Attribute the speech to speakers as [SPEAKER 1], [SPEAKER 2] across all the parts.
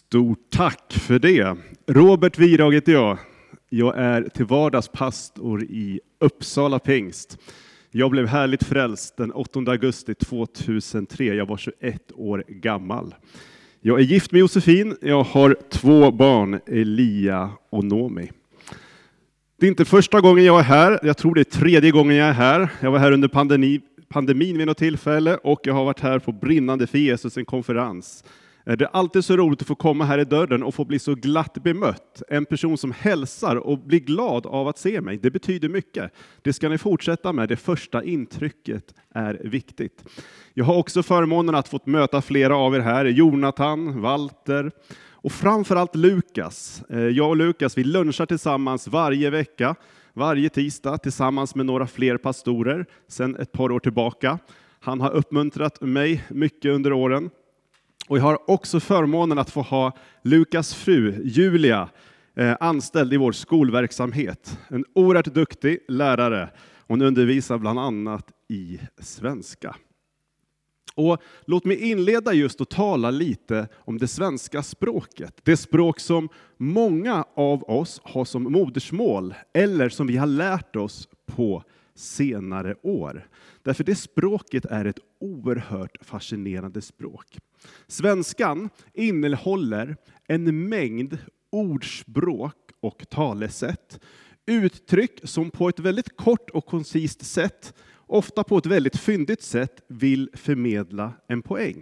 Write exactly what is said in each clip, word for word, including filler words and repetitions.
[SPEAKER 1] Stort tack för det. Robert Virag heter jag. Jag är till vardags pastor i Uppsala Pingst. Jag blev härligt frälst den åttonde augusti tvåtusentre. Jag var tjugoett år gammal. Jag är gift med Josefin. Jag har två barn, Elia och Nomi. Det är inte första gången jag är här. Jag tror det är tredje gången jag är här. Jag var här under pandemi, pandemin vid något tillfälle och jag har varit här på Brinnande för Jesus, en konferens. Det är alltid så roligt att få komma här i dörren och få bli så glatt bemött. En person som hälsar och blir glad av att se mig. Det betyder mycket. Det ska ni fortsätta med. Det första intrycket är viktigt. Jag har också förmånen att få möta flera av er här. Jonathan, Walter och framförallt Lukas. Jag och Lukas, vi lunchar tillsammans varje vecka. Varje tisdag tillsammans med några fler pastorer sedan ett par år tillbaka. Han har uppmuntrat mig mycket under åren. Och jag har också förmånen att få ha Lukas fru, Julia, eh, anställd i vår skolverksamhet. En oerhört duktig lärare. Hon undervisar bland annat i svenska. Och låt mig inleda just och tala lite om det svenska språket. Det språk som många av oss har som modersmål eller som vi har lärt oss på senare år. Därför det språket är ett oerhört fascinerande språk. Svenskan innehåller en mängd ordspråk och talesätt. Uttryck som på ett väldigt kort och koncist sätt, ofta på ett väldigt fyndigt sätt, vill förmedla en poäng.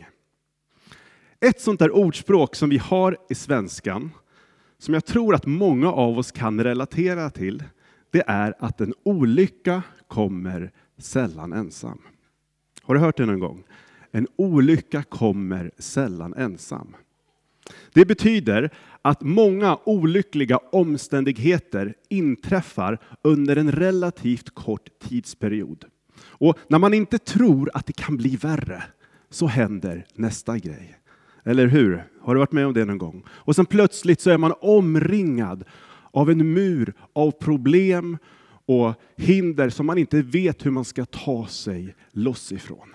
[SPEAKER 1] Ett sånt där ordspråk som vi har i svenskan, som jag tror att många av oss kan relatera till, det är att en olycka kommer sällan ensam. Har du hört det någon gång? En olycka kommer sällan ensam. Det betyder att många olyckliga omständigheter inträffar under en relativt kort tidsperiod. Och när man inte tror att det kan bli värre så händer nästa grej. Eller hur? Har du varit med om det någon gång? Och sen plötsligt så är man omringad av en mur av problem och hinder som man inte vet hur man ska ta sig loss ifrån.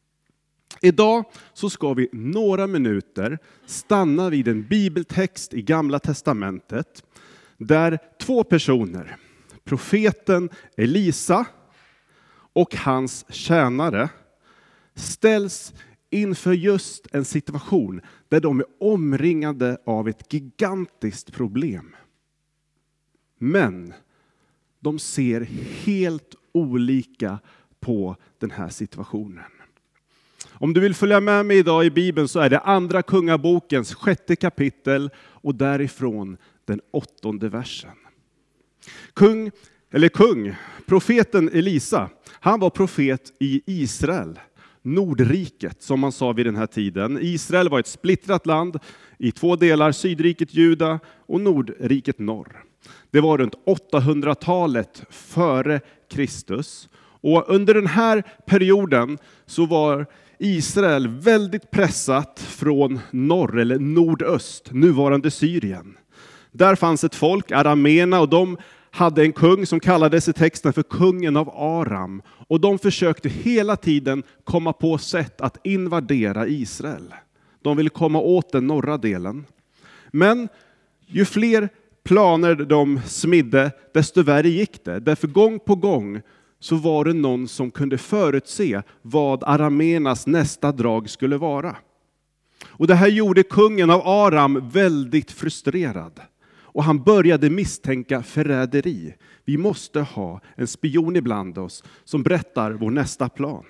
[SPEAKER 1] Idag så ska vi några minuter stanna vid en bibeltext i Gamla testamentet där två personer, profeten Elisa och hans tjänare, ställs inför just en situation där de är omringade av ett gigantiskt problem. Men de ser helt olika på den här situationen. Om du vill följa med mig idag i Bibeln så är det andra kungabokens sjätte kapitel och därifrån den åttonde versen. Kung, eller kung, profeten Elisa, han var profet i Israel, Nordriket som man sa vid den här tiden. Israel var ett splittrat land i två delar, Sydriket Juda och Nordriket norr. Det var runt åttahundratalet före Kristus. Och under den här perioden så var Israel väldigt pressat från norr eller nordöst, nuvarande Syrien. Där fanns ett folk, arameerna, och de hade en kung som kallades i texten för kungen av Aram. Och de försökte hela tiden komma på sätt att invadera Israel. De ville komma åt den norra delen. Men ju fler planer de smidde, desto värre gick det. Därför gång på gång så var det någon som kunde förutse vad arameernas nästa drag skulle vara. Och det här gjorde kungen av Aram väldigt frustrerad. Och han började misstänka förräderi. Vi måste ha en spion ibland oss som berättar vår nästa plan.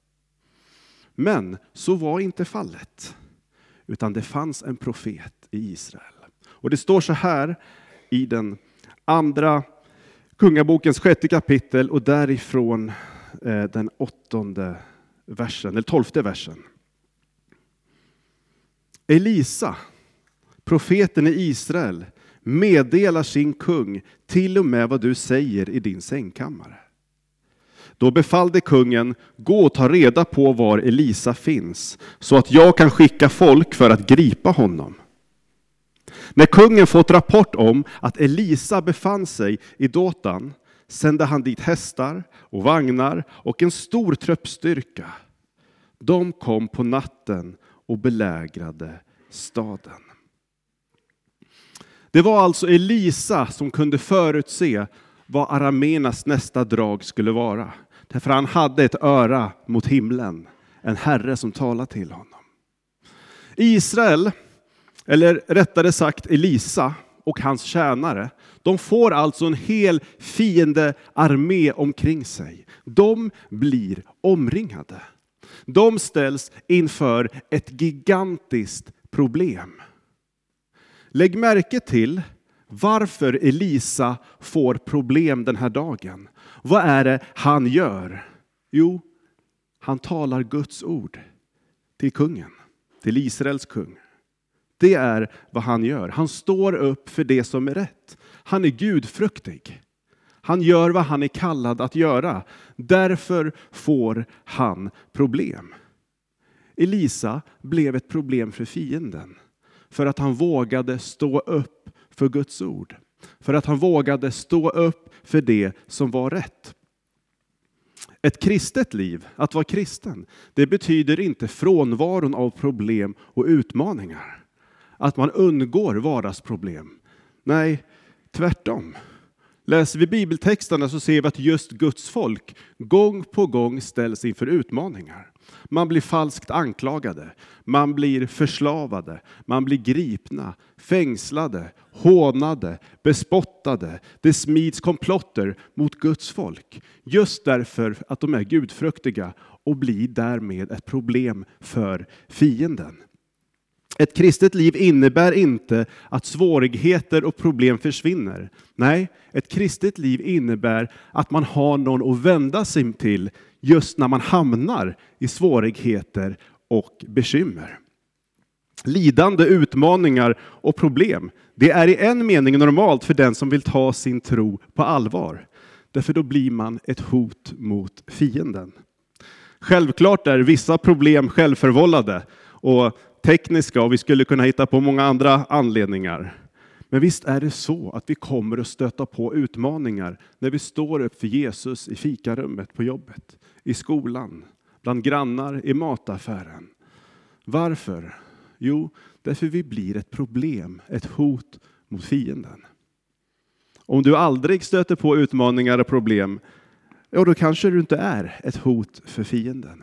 [SPEAKER 1] Men så var inte fallet. Utan det fanns en profet i Israel. Och det står så här i den andra kungabokens sjätte kapitel och därifrån eh, den åttonde versen, eller tolfte versen. Elisa, profeten i Israel, meddelar sin kung till och med vad du säger i din sängkammare. Då befallde kungen, gå och ta reda på var Elisa finns, så att jag kan skicka folk för att gripa honom. När kungen fått rapport om att Elisa befann sig i Dotan sände han dit hästar och vagnar och en stor truppstyrka. De kom på natten och belägrade staden. Det var alltså Elisa som kunde förutse vad arameernas nästa drag skulle vara. Därför han hade ett öra mot himlen, en herre som talade till honom. Israel, eller rättare sagt Elisa och hans tjänare, de får alltså en hel fiendearmé omkring sig. De blir omringade. De ställs inför ett gigantiskt problem. Lägg märke till varför Elisa får problem den här dagen. Vad är det han gör? Jo, han talar Guds ord till kungen, till Israels kung. Det är vad han gör. Han står upp för det som är rätt. Han är gudfruktig. Han gör vad han är kallad att göra. Därför får han problem. Elisa blev ett problem för fienden. För att han vågade stå upp för Guds ord. För att han vågade stå upp för det som var rätt. Ett kristet liv, att vara kristen, det betyder inte frånvaron av problem och utmaningar. Att man undgår vardagsproblem. Nej, tvärtom. Läser vi bibeltexterna så ser vi att just Guds folk gång på gång ställs inför utmaningar. Man blir falskt anklagade, man blir förslavade, man blir gripna, fängslade, hånade, bespottade. Det smids komplotter mot Guds folk. Just därför att de är gudfruktiga och blir därmed ett problem för fienden. Ett kristet liv innebär inte att svårigheter och problem försvinner. Nej, ett kristet liv innebär att man har någon att vända sig till just när man hamnar i svårigheter och bekymmer. Lidande, utmaningar och problem, det är i en mening normalt för den som vill ta sin tro på allvar. Därför då blir man ett hot mot fienden. Självklart är vissa problem självförvållade och tekniska, och vi skulle kunna hitta på många andra anledningar. Men visst är det så att vi kommer att stöta på utmaningar när vi står upp för Jesus i fikarummet på jobbet, i skolan, bland grannar, i mataffären. Varför? Jo, därför vi blir ett problem, ett hot mot fienden. Om du aldrig stöter på utmaningar och problem, ja, då kanske du inte är ett hot för fienden.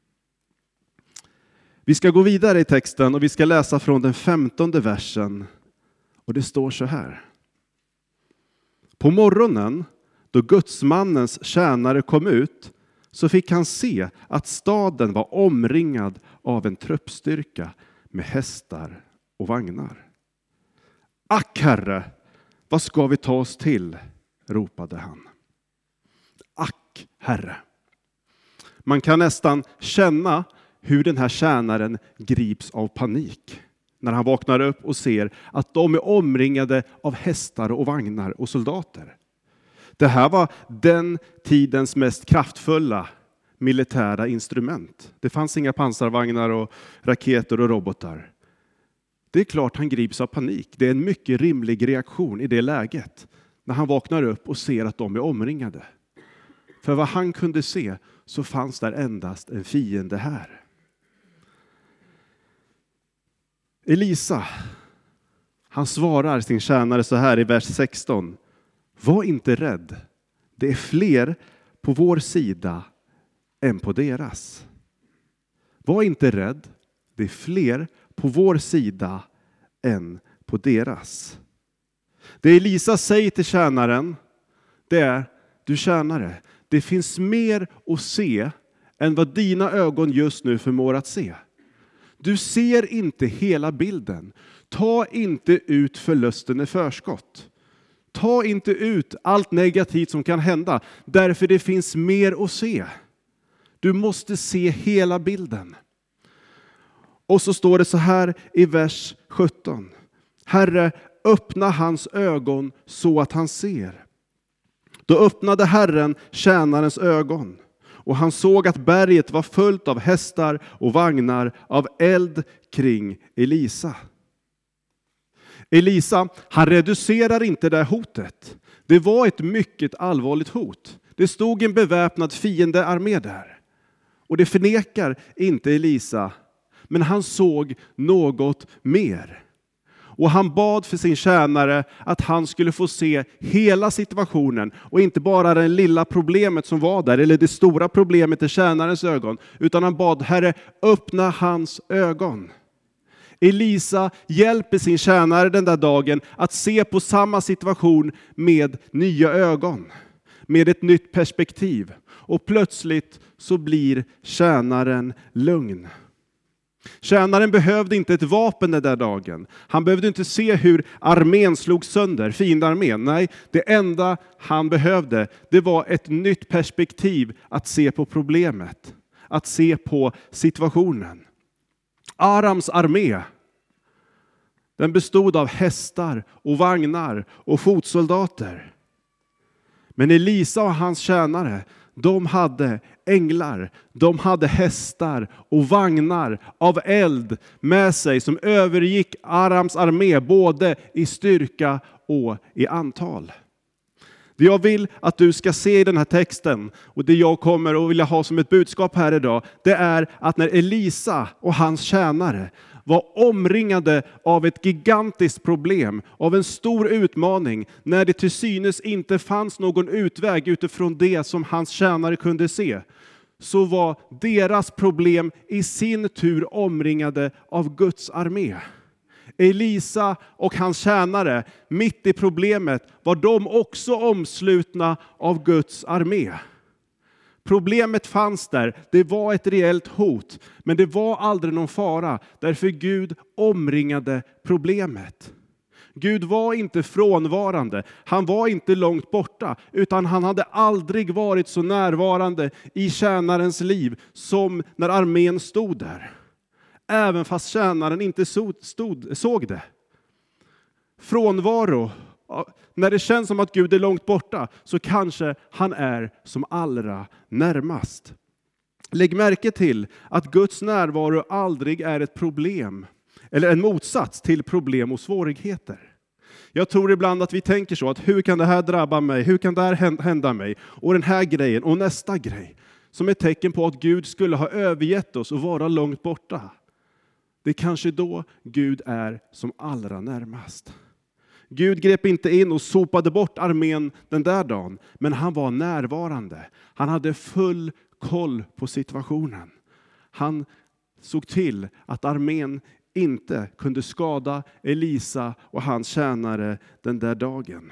[SPEAKER 1] Vi ska gå vidare i texten och vi ska läsa från den femtonde versen. Och det står så här. På morgonen, då gudsmannens tjänare kom ut, så fick han se att staden var omringad av en truppstyrka med hästar och vagnar. Ack, Herre, vad ska vi ta oss till? Ropade han. Ack, Herre. Man kan nästan känna hur den här tjänaren grips av panik när han vaknar upp och ser att de är omringade av hästar och vagnar och soldater. Det här var den tidens mest kraftfulla militära instrument. Det fanns inga pansarvagnar och raketer och robotar. Det är klart han grips av panik. Det är en mycket rimlig reaktion i det läget när han vaknar upp och ser att de är omringade. För vad han kunde se så fanns där endast en fiende här. Elisa, han svarar sin tjänare så här i vers sexton. Var inte rädd. Det är fler på vår sida än på deras. Var inte rädd. Det är fler på vår sida än på deras. Det Elisa säger till tjänaren, det är: du tjänare, det finns mer att se än vad dina ögon just nu förmår att se. Du ser inte hela bilden. Ta inte ut förlusten i förskott. Ta inte ut allt negativt som kan hända, därför det finns mer att se. Du måste se hela bilden. Och så står det så här i vers sjutton. Herre, öppna hans ögon så att han ser. Då öppnade Herren tjänarens ögon. Och han såg att berget var fullt av hästar och vagnar av eld kring Elisa. Elisa, han reducerar inte det här hotet. Det var ett mycket allvarligt hot. Det stod en beväpnad fiendearmé där. Och det förnekar inte Elisa. Men han såg något mer. Och han bad för sin tjänare att han skulle få se hela situationen och inte bara det lilla problemet som var där eller det stora problemet i tjänarens ögon, utan han bad: Herre, öppna hans ögon. Elisa hjälper sin tjänare den där dagen att se på samma situation med nya ögon, med ett nytt perspektiv. Och plötsligt så blir tjänaren lugn. Tjänaren behövde inte ett vapen den där dagen. Han behövde inte se hur armén slog sönder, fiendarmén. Nej, det enda han behövde, det var ett nytt perspektiv att se på problemet. Att se på situationen. Arams armé, den bestod av hästar och vagnar och fotsoldater. Men Elisa och hans tjänare, de hade änglar, de hade hästar och vagnar av eld med sig som övergick Arams armé både i styrka och i antal. Det jag vill att du ska se i den här texten och det jag kommer att vilja ha som ett budskap här idag, det är att när Elisa och hans tjänare var omringade av ett gigantiskt problem, av en stor utmaning, när det till synes inte fanns någon utväg utifrån det som hans tjänare kunde se, så var deras problem i sin tur omringade av Guds armé. Elisa och hans tjänare, mitt i problemet, var de också omslutna av Guds armé. Problemet fanns där, det var ett reellt hot, men det var aldrig någon fara, därför Gud omringade problemet. Gud var inte frånvarande, han var inte långt borta, utan han hade aldrig varit så närvarande i tjänarens liv som när armén stod där. Även fast tjänaren inte stod, såg det. Frånvaro, när det känns som att Gud är långt borta, så kanske han är som allra närmast. Lägg märke till att Guds närvaro aldrig är ett problem, eller en motsats till problem och svårigheter. Jag tror ibland att vi tänker så, att hur kan det här drabba mig, hur kan det här hända mig, och den här grejen och nästa grej, som ett tecken på att Gud skulle ha övergett oss och vara långt borta. Det är kanske då Gud är som allra närmast. Gud grep inte in och sopade bort armén den där dagen, men han var närvarande. Han hade full koll på situationen. Han såg till att armén inte kunde skada Elisa och hans tjänare den där dagen.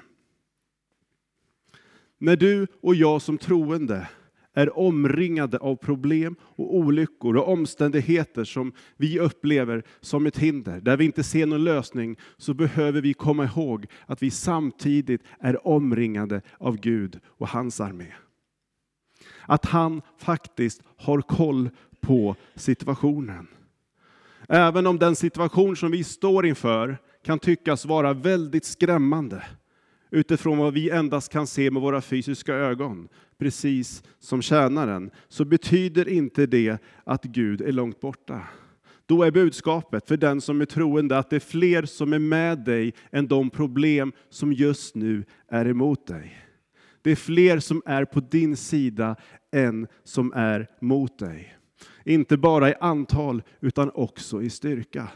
[SPEAKER 1] När du och jag som troende är omringade av problem och olyckor och omständigheter som vi upplever som ett hinder, där vi inte ser någon lösning, så behöver vi komma ihåg att vi samtidigt är omringade av Gud och hans armé. Att han faktiskt har koll på situationen. Även om den situation som vi står inför kan tyckas vara väldigt skrämmande utifrån vad vi endast kan se med våra fysiska ögon, precis som tjänaren, så betyder inte det att Gud är långt borta. Då är budskapet för den som är troende att det är fler som är med dig än de problem som just nu är emot dig. Det är fler som är på din sida än som är mot dig. Inte bara i antal utan också i styrka.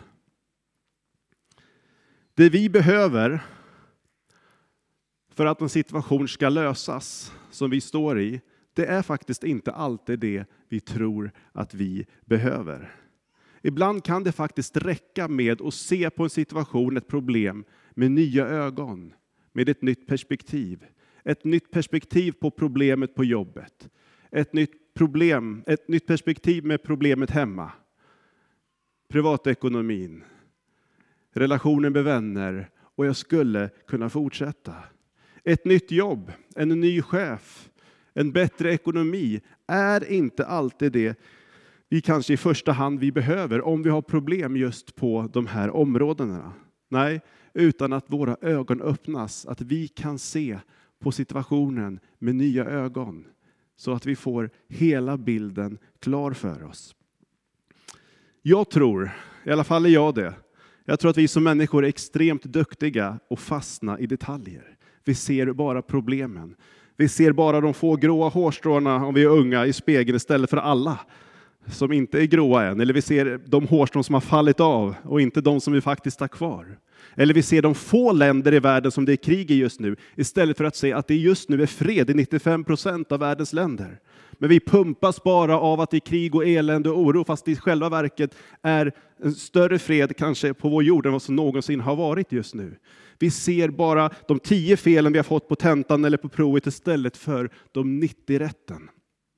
[SPEAKER 1] Det vi behöver för att en situation ska lösas som vi står i, det är faktiskt inte alltid det vi tror att vi behöver. Ibland kan det faktiskt räcka med att se på en situation, ett problem, med nya ögon, med ett nytt perspektiv. Ett nytt perspektiv på problemet på jobbet. Ett nytt problem, ett nytt perspektiv med problemet hemma. Privatekonomin, relationen med vänner, och jag skulle kunna fortsätta. Ett nytt jobb, en ny chef, en bättre ekonomi är inte alltid det vi kanske i första hand vi behöver om vi har problem just på de här områdena. Nej, utan att våra ögon öppnas, att vi kan se på situationen med nya ögon så att vi får hela bilden klar för oss. Jag tror, i alla fall är jag det, jag tror att vi som människor är extremt duktiga och fastna i detaljer. Vi ser bara problemen. Vi ser bara de få gråa hårstråna om vi är unga i spegeln istället för alla. som inte är gråa än. Eller vi ser de hårstrån som har fallit av och inte de som vi faktiskt har kvar. Eller vi ser de få länder i världen som det är krig i just nu. Istället för att se att det just nu är fred i nittiofem procent av världens länder. Men vi pumpas bara av att det är krig och elände och oro. Fast det i själva verket är en större fred kanske på vår jord än vad som någonsin har varit just nu. Vi ser bara de tio felen vi har fått på tentan eller på provet istället för de nittio rätten.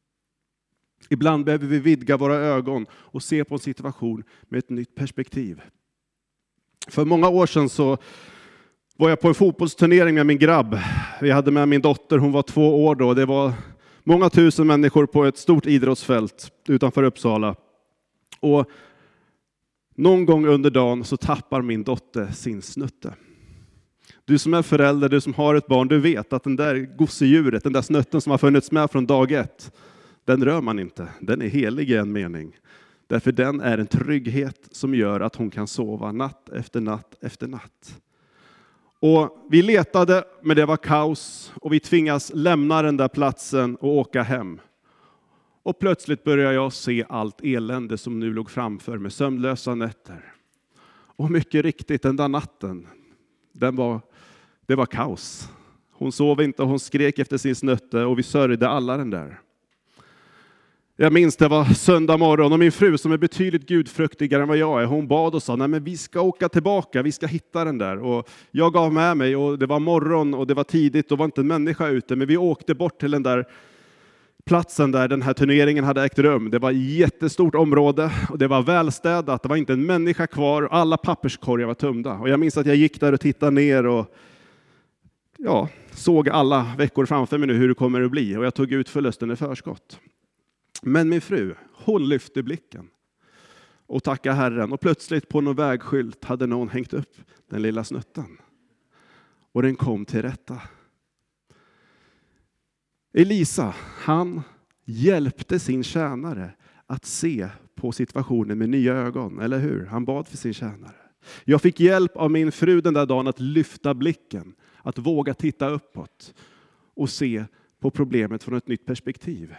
[SPEAKER 1] Ibland behöver vi vidga våra ögon och se på en situation med ett nytt perspektiv. För många år sedan så var jag på en fotbollsturnering med min grabb. Vi hade med min dotter, hon var två år då. Det var många tusen människor på ett stort idrottsfält utanför Uppsala. Och någon gång under dagen så tappar min dotter sin snutte. Du som är förälder, du som har ett barn, du vet att den där gosedjuret, den där snutten som har funnits med från dag ett, den rör man inte. Den är helig i en mening. Därför den är en trygghet som gör att hon kan sova natt efter natt efter natt. Och vi letade, men det var kaos. Och vi tvingas lämna den där platsen och åka hem. Och plötsligt börjar jag se allt elände som nu låg framför med sömnlösa nätter. Och mycket riktigt, den där natten, den var, det var kaos. Hon sov inte och hon skrek efter sin snutte och vi sörjde alla den där. Jag minns det var söndag morgon och min fru som är betydligt gudfruktigare än vad jag är, hon bad och sa, nej men vi ska åka tillbaka, vi ska hitta den där. Och jag gav med mig och det var morgon och det var tidigt och var inte en människa ute, men vi åkte bort till den där platsen där den här turneringen hade ägt rum. Det var ett jättestort område och det var välstädat, det var inte en människa kvar och alla papperskorgar var tömda. Och jag minns att jag gick där och tittade ner och ja, såg alla veckor framför mig nu hur det kommer att bli. Och jag tog ut förlusten i förskott. Men min fru, hon lyfte blicken och tackade Herren. Och plötsligt på någon vägskylt hade någon hängt upp den lilla snutten. Och den kom till rätta. Elisa, han hjälpte sin tjänare att se på situationen med nya ögon. Eller hur? Han bad för sin tjänare. Jag fick hjälp av min fru den där dagen att lyfta blicken. Att våga titta uppåt och se på problemet från ett nytt perspektiv.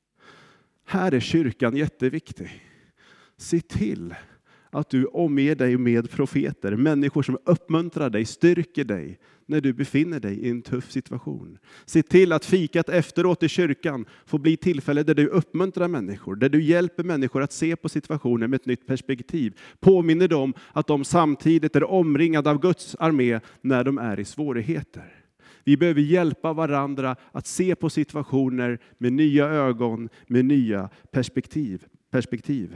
[SPEAKER 1] Här är kyrkan jätteviktig. Se till att du omger dig med profeter. Människor som uppmuntrar dig, styrker dig när du befinner dig i en tuff situation. Se till att fikat efteråt i kyrkan får bli tillfälle där du uppmuntrar människor. Där du hjälper människor att se på situationen med ett nytt perspektiv. Påminner dem att de samtidigt är omringade av Guds armé när de är i svårigheter. Vi behöver hjälpa varandra att se på situationer med nya ögon, med nya perspektiv. perspektiv.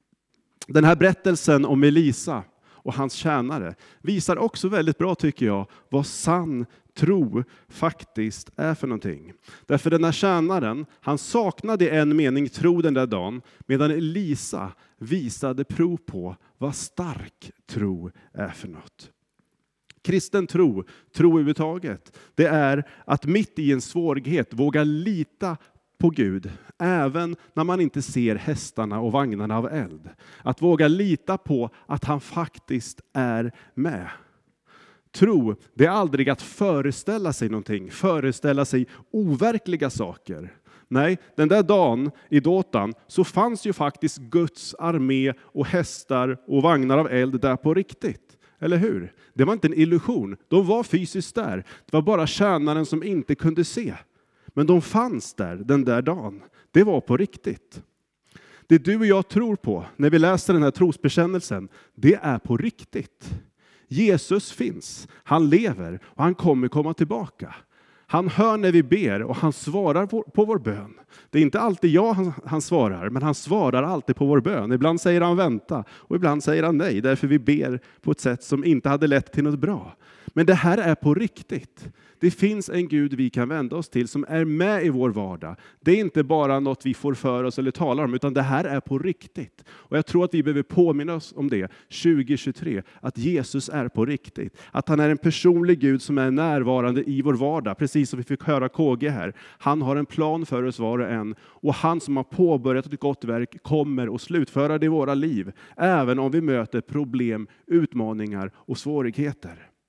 [SPEAKER 1] Den här berättelsen om Elisa och hans tjänare visar också väldigt bra, tycker jag, vad sann tro faktiskt är för någonting. Därför den här tjänaren, han saknade i en mening tro den där dagen, medan Elisa visade prov på vad stark tro är för något. Kristen tro, tro överhuvudtaget, det är att mitt i en svårighet våga lita på Gud, även när man inte ser hästarna och vagnarna av eld. Att våga lita på att han faktiskt är med. Tro, det är aldrig att föreställa sig någonting, föreställa sig overkliga saker. Nej, den där dagen i Dothan så fanns ju faktiskt Guds armé och hästar och vagnar av eld där på riktigt. Eller hur? Det var inte en illusion. De var fysiskt där. Det var bara tjänaren som inte kunde se. Men de fanns där den där dagen. Det var på riktigt. Det du och jag tror på när vi läser den här trosbekännelsen, det är på riktigt. Jesus finns. Han lever och han kommer komma tillbaka. Han hör när vi ber och han svarar på vår bön. Det är inte alltid jag han, han svarar, men han svarar alltid på vår bön. Ibland säger han vänta och ibland säger han nej. Därför vi ber på ett sätt som inte hade lett till något bra. Men det här är på riktigt. Det finns en Gud vi kan vända oss till som är med i vår vardag. Det är inte bara något vi får för oss eller talar om, utan det här är på riktigt. Och jag tror att vi behöver påminna oss om det tjugo tjugotre, att Jesus är på riktigt. Att han är en personlig Gud som är närvarande i vår vardag, precis som vi fick höra K G här. Han har en plan för oss var och en, och han som har påbörjat ett gott verk kommer att slutföra det i våra liv, även om vi möter problem, utmaningar och svårigheter.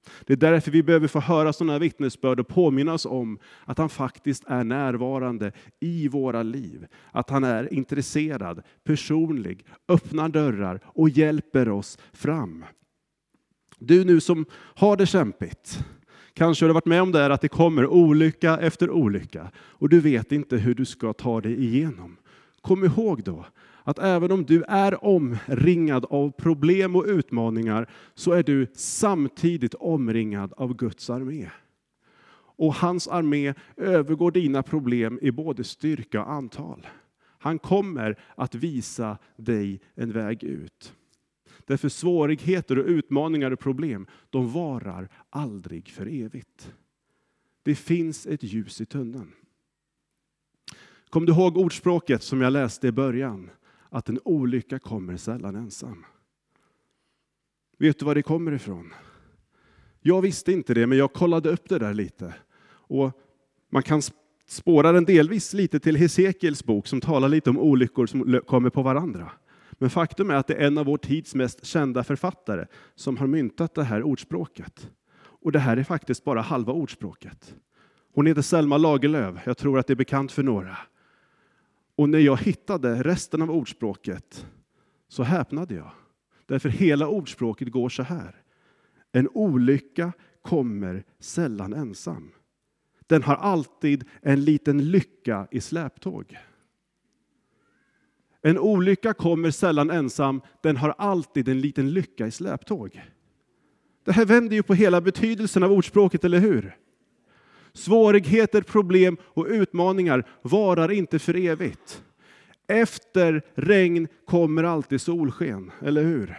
[SPEAKER 1] Det är därför vi behöver få höra sådana här vittnesbörd och påminnas om att han faktiskt är närvarande i våra liv. Att han är intresserad, personlig, öppnar dörrar och hjälper oss fram. Du nu som har det kämpigt, kanske har du varit med om det här att det kommer olycka efter olycka och du vet inte hur du ska ta dig igenom. Kom ihåg då att även om du är omringad av problem och utmaningar så är du samtidigt omringad av Guds armé. Och hans armé övergår dina problem i både styrka och antal. Han kommer att visa dig en väg ut. Därför svårigheter och utmaningar och problem, de varar aldrig för evigt. Det finns ett ljus i tunneln. Kom du ihåg ordspråket som jag läste i början? Att en olycka kommer sällan ensam. Vet du var det kommer ifrån? Jag visste inte det, men jag kollade upp det där lite. Och man kan spåra den delvis lite till Hesekiels bok som talar lite om olyckor som kommer på varandra. Men faktum är att det är en av vår tids mest kända författare som har myntat det här ordspråket. Och det här är faktiskt bara halva ordspråket. Hon heter Selma Lagerlöf, jag tror att det är bekant för några. Och när jag hittade resten av ordspråket så häpnade jag. Därför hela ordspråket går så här. En olycka kommer sällan ensam. Den har alltid en liten lycka i släptåg. En olycka kommer sällan ensam. Den har alltid en liten lycka i släptåg. Det här vänder ju på hela betydelsen av ordspråket, eller hur? Svårigheter, problem och utmaningar varar inte för evigt. Efter regn kommer alltid solsken, eller hur?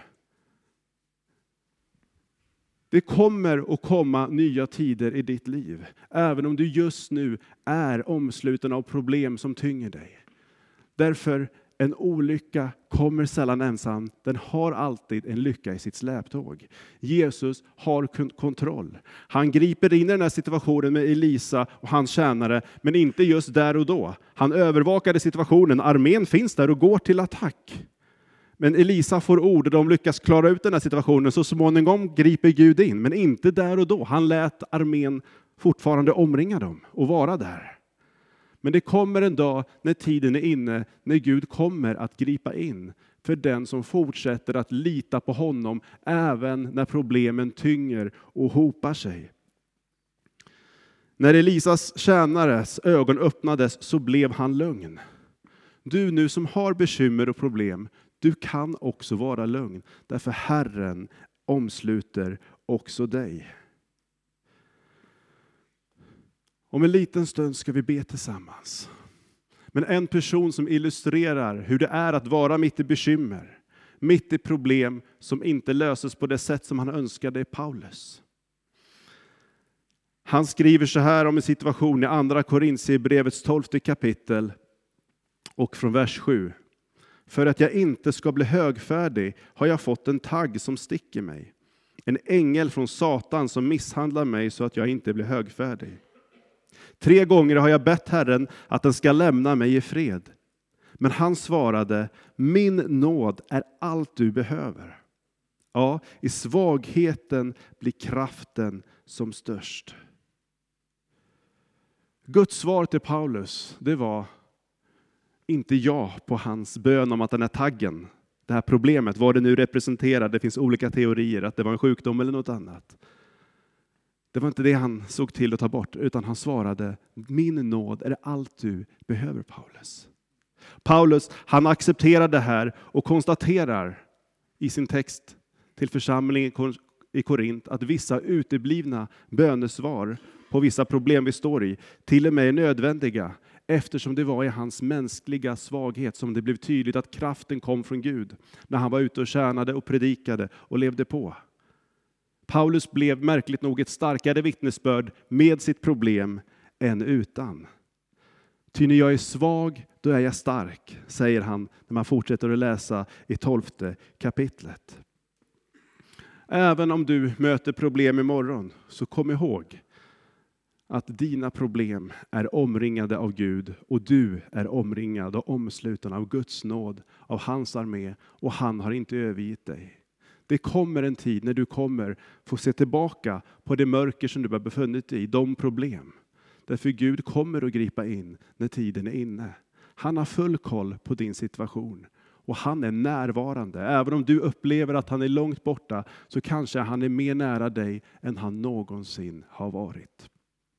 [SPEAKER 1] Det kommer att komma nya tider i ditt liv. Även om du just nu är omsluten av problem som tynger dig. Därför en olycka kommer sällan ensam. Den har alltid en lycka i sitt släptåg. Jesus har kontroll. Han griper in i den här situationen med Elisa och hans tjänare. Men inte just där och då. Han övervakade situationen. Armén finns där och går till attack. Men Elisa får ord och de lyckas klara ut den här situationen. Så småningom griper Gud in. Men inte där och då. Han lät armén fortfarande omringa dem och vara där. Men det kommer en dag när tiden är inne, när Gud kommer att gripa in för den som fortsätter att lita på honom även när problemen tynger och hopar sig. När Elisas tjänares ögon öppnades så blev han lugn. Du nu som har bekymmer och problem, du kan också vara lugn. Därför Herren omsluter också dig. Om en liten stund ska vi be tillsammans. Men en person som illustrerar hur det är att vara mitt i bekymmer, mitt i problem som inte löses på det sätt som han önskade är Paulus. Han skriver så här om en situation i andra Korintierbrevets tolfte kapitel och från vers sju. För att jag inte ska bli högfärdig har jag fått en tagg som sticker mig. En ängel från Satan som misshandlar mig så att jag inte blir högfärdig. Tre gånger har jag bett Herren att den ska lämna mig i fred. Men han svarade, min nåd är allt du behöver. Ja, i svagheten blir kraften som störst. Guds svar till Paulus, det var inte ja på hans bön om att den här taggen, det här problemet, vad det nu representerar, det finns olika teorier, att det var en sjukdom eller något annat. Det var inte det han såg till att ta bort, utan han svarade, min nåd är allt du behöver, Paulus. Paulus, han accepterar det här och konstaterar i sin text till församlingen i Korint att vissa uteblivna bönesvar på vissa problem vi står i till och med är nödvändiga, eftersom det var i hans mänskliga svaghet som det blev tydligt att kraften kom från Gud när han var ute och tjänade och predikade och levde på. Paulus blev märkligt nog ett starkare vittnesbörd med sitt problem än utan. Ty när jag är svag, då är jag stark, säger han när man fortsätter att läsa i tolfte kapitlet. Även om du möter problem imorgon, så kom ihåg att dina problem är omringade av Gud och du är omringad och omsluten av Guds nåd, av hans armé, och han har inte övergett dig. Det kommer en tid när du kommer få se tillbaka på det mörker som du har befunnit dig i, de problem. Därför Gud kommer att gripa in när tiden är inne. Han har full koll på din situation. Och han är närvarande. Även om du upplever att han är långt borta, så kanske han är mer nära dig än han någonsin har varit.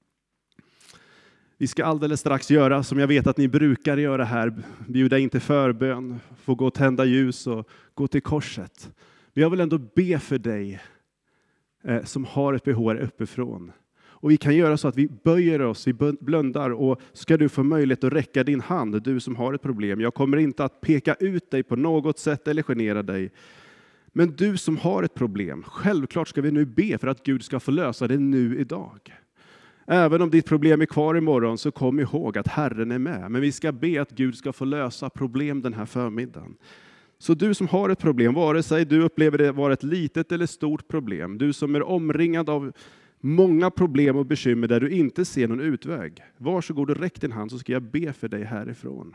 [SPEAKER 1] Vi ska alldeles strax göra som jag vet att ni brukar göra här. Bjuda in till förbön, få gå och tända ljus och gå till korset. Men jag vill ändå be för dig eh, som har ett behov uppifrån. Och vi kan göra så att vi böjer oss, vi blundar, och ska du få möjlighet att räcka din hand, du som har ett problem. Jag kommer inte att peka ut dig på något sätt eller genera dig. Men du som har ett problem, självklart ska vi nu be för att Gud ska få lösa det nu idag. Även om ditt problem är kvar imorgon, så kom ihåg att Herren är med. Men vi ska be att Gud ska få lösa problem den här förmiddagen. Så du som har ett problem, vare sig du upplever det vara ett litet eller stort problem. Du som är omringad av många problem och bekymmer där du inte ser någon utväg. Varsågod och räck din hand, så ska jag be för dig härifrån.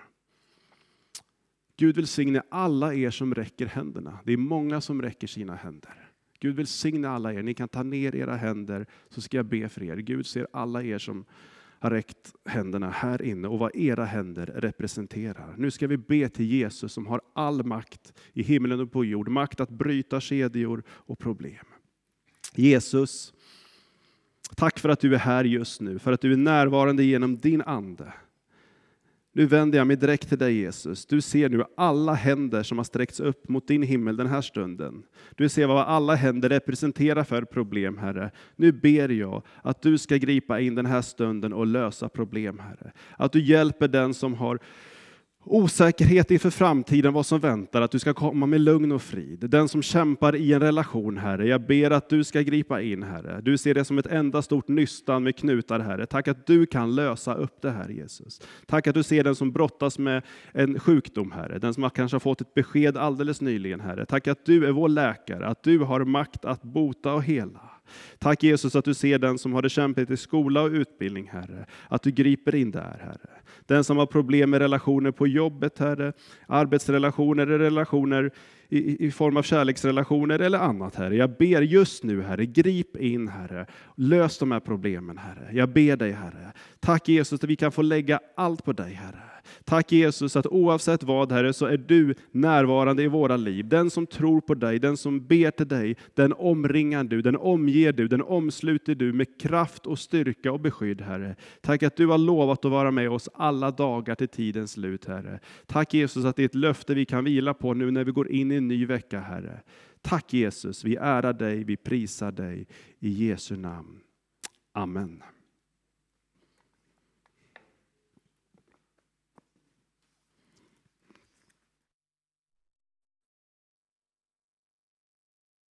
[SPEAKER 1] Gud välsigne alla er som räcker händerna. Det är många som räcker sina händer. Gud välsigne alla er. Ni kan ta ner era händer, så ska jag be för er. Gud ser alla er som har räckt händerna här inne och vad era händer representerar. Nu ska vi be till Jesus som har all makt i himlen och på jord. Makt att bryta kedjor och problem. Jesus, tack för att du är här just nu. För att du är närvarande genom din ande. Nu vänder jag mig direkt till dig, Jesus. Du ser nu alla händer som har sträckts upp mot din himmel den här stunden. Du ser vad alla händer representerar för problem, Herre. Nu ber jag att du ska gripa in den här stunden och lösa problem, Herre. Att du hjälper den som har osäkerhet inför framtiden, vad som väntar, att du ska komma med lugn och frid. Den som kämpar i en relation, Herre, jag ber att du ska gripa in, Herre. Du ser det som ett enda stort nystan med knutar, Herre. Tack att du kan lösa upp det här, Jesus. Tack att du ser den som brottas med en sjukdom, Herre. Den som kanske har fått ett besked alldeles nyligen, Herre. Tack att du är vår läkare, att du har makt att bota och hela. Tack Jesus att du ser den som har det kämpigt i skola och utbildning, Herre. Att du griper in där, Herre. Den som har problem med relationer på jobbet, Herre. Arbetsrelationer, relationer i, i form av kärleksrelationer eller annat, Herre. Jag ber just nu, Herre, grip in, Herre. Lös de här problemen, Herre. Jag ber dig, Herre. Tack Jesus att vi kan få lägga allt på dig, Herre. Tack Jesus att oavsett vad, Herre, så är du närvarande i våra liv. Den som tror på dig, den som ber till dig, den omringar du, den omger du, den omsluter du med kraft och styrka och beskydd, Herre. Tack att du har lovat att vara med oss alla dagar till tidens slut, Herre. Tack Jesus att det är ett löfte vi kan vila på nu när vi går in i en ny vecka, Herre. Tack Jesus, vi ärar dig, vi prisar dig i Jesu namn. Amen.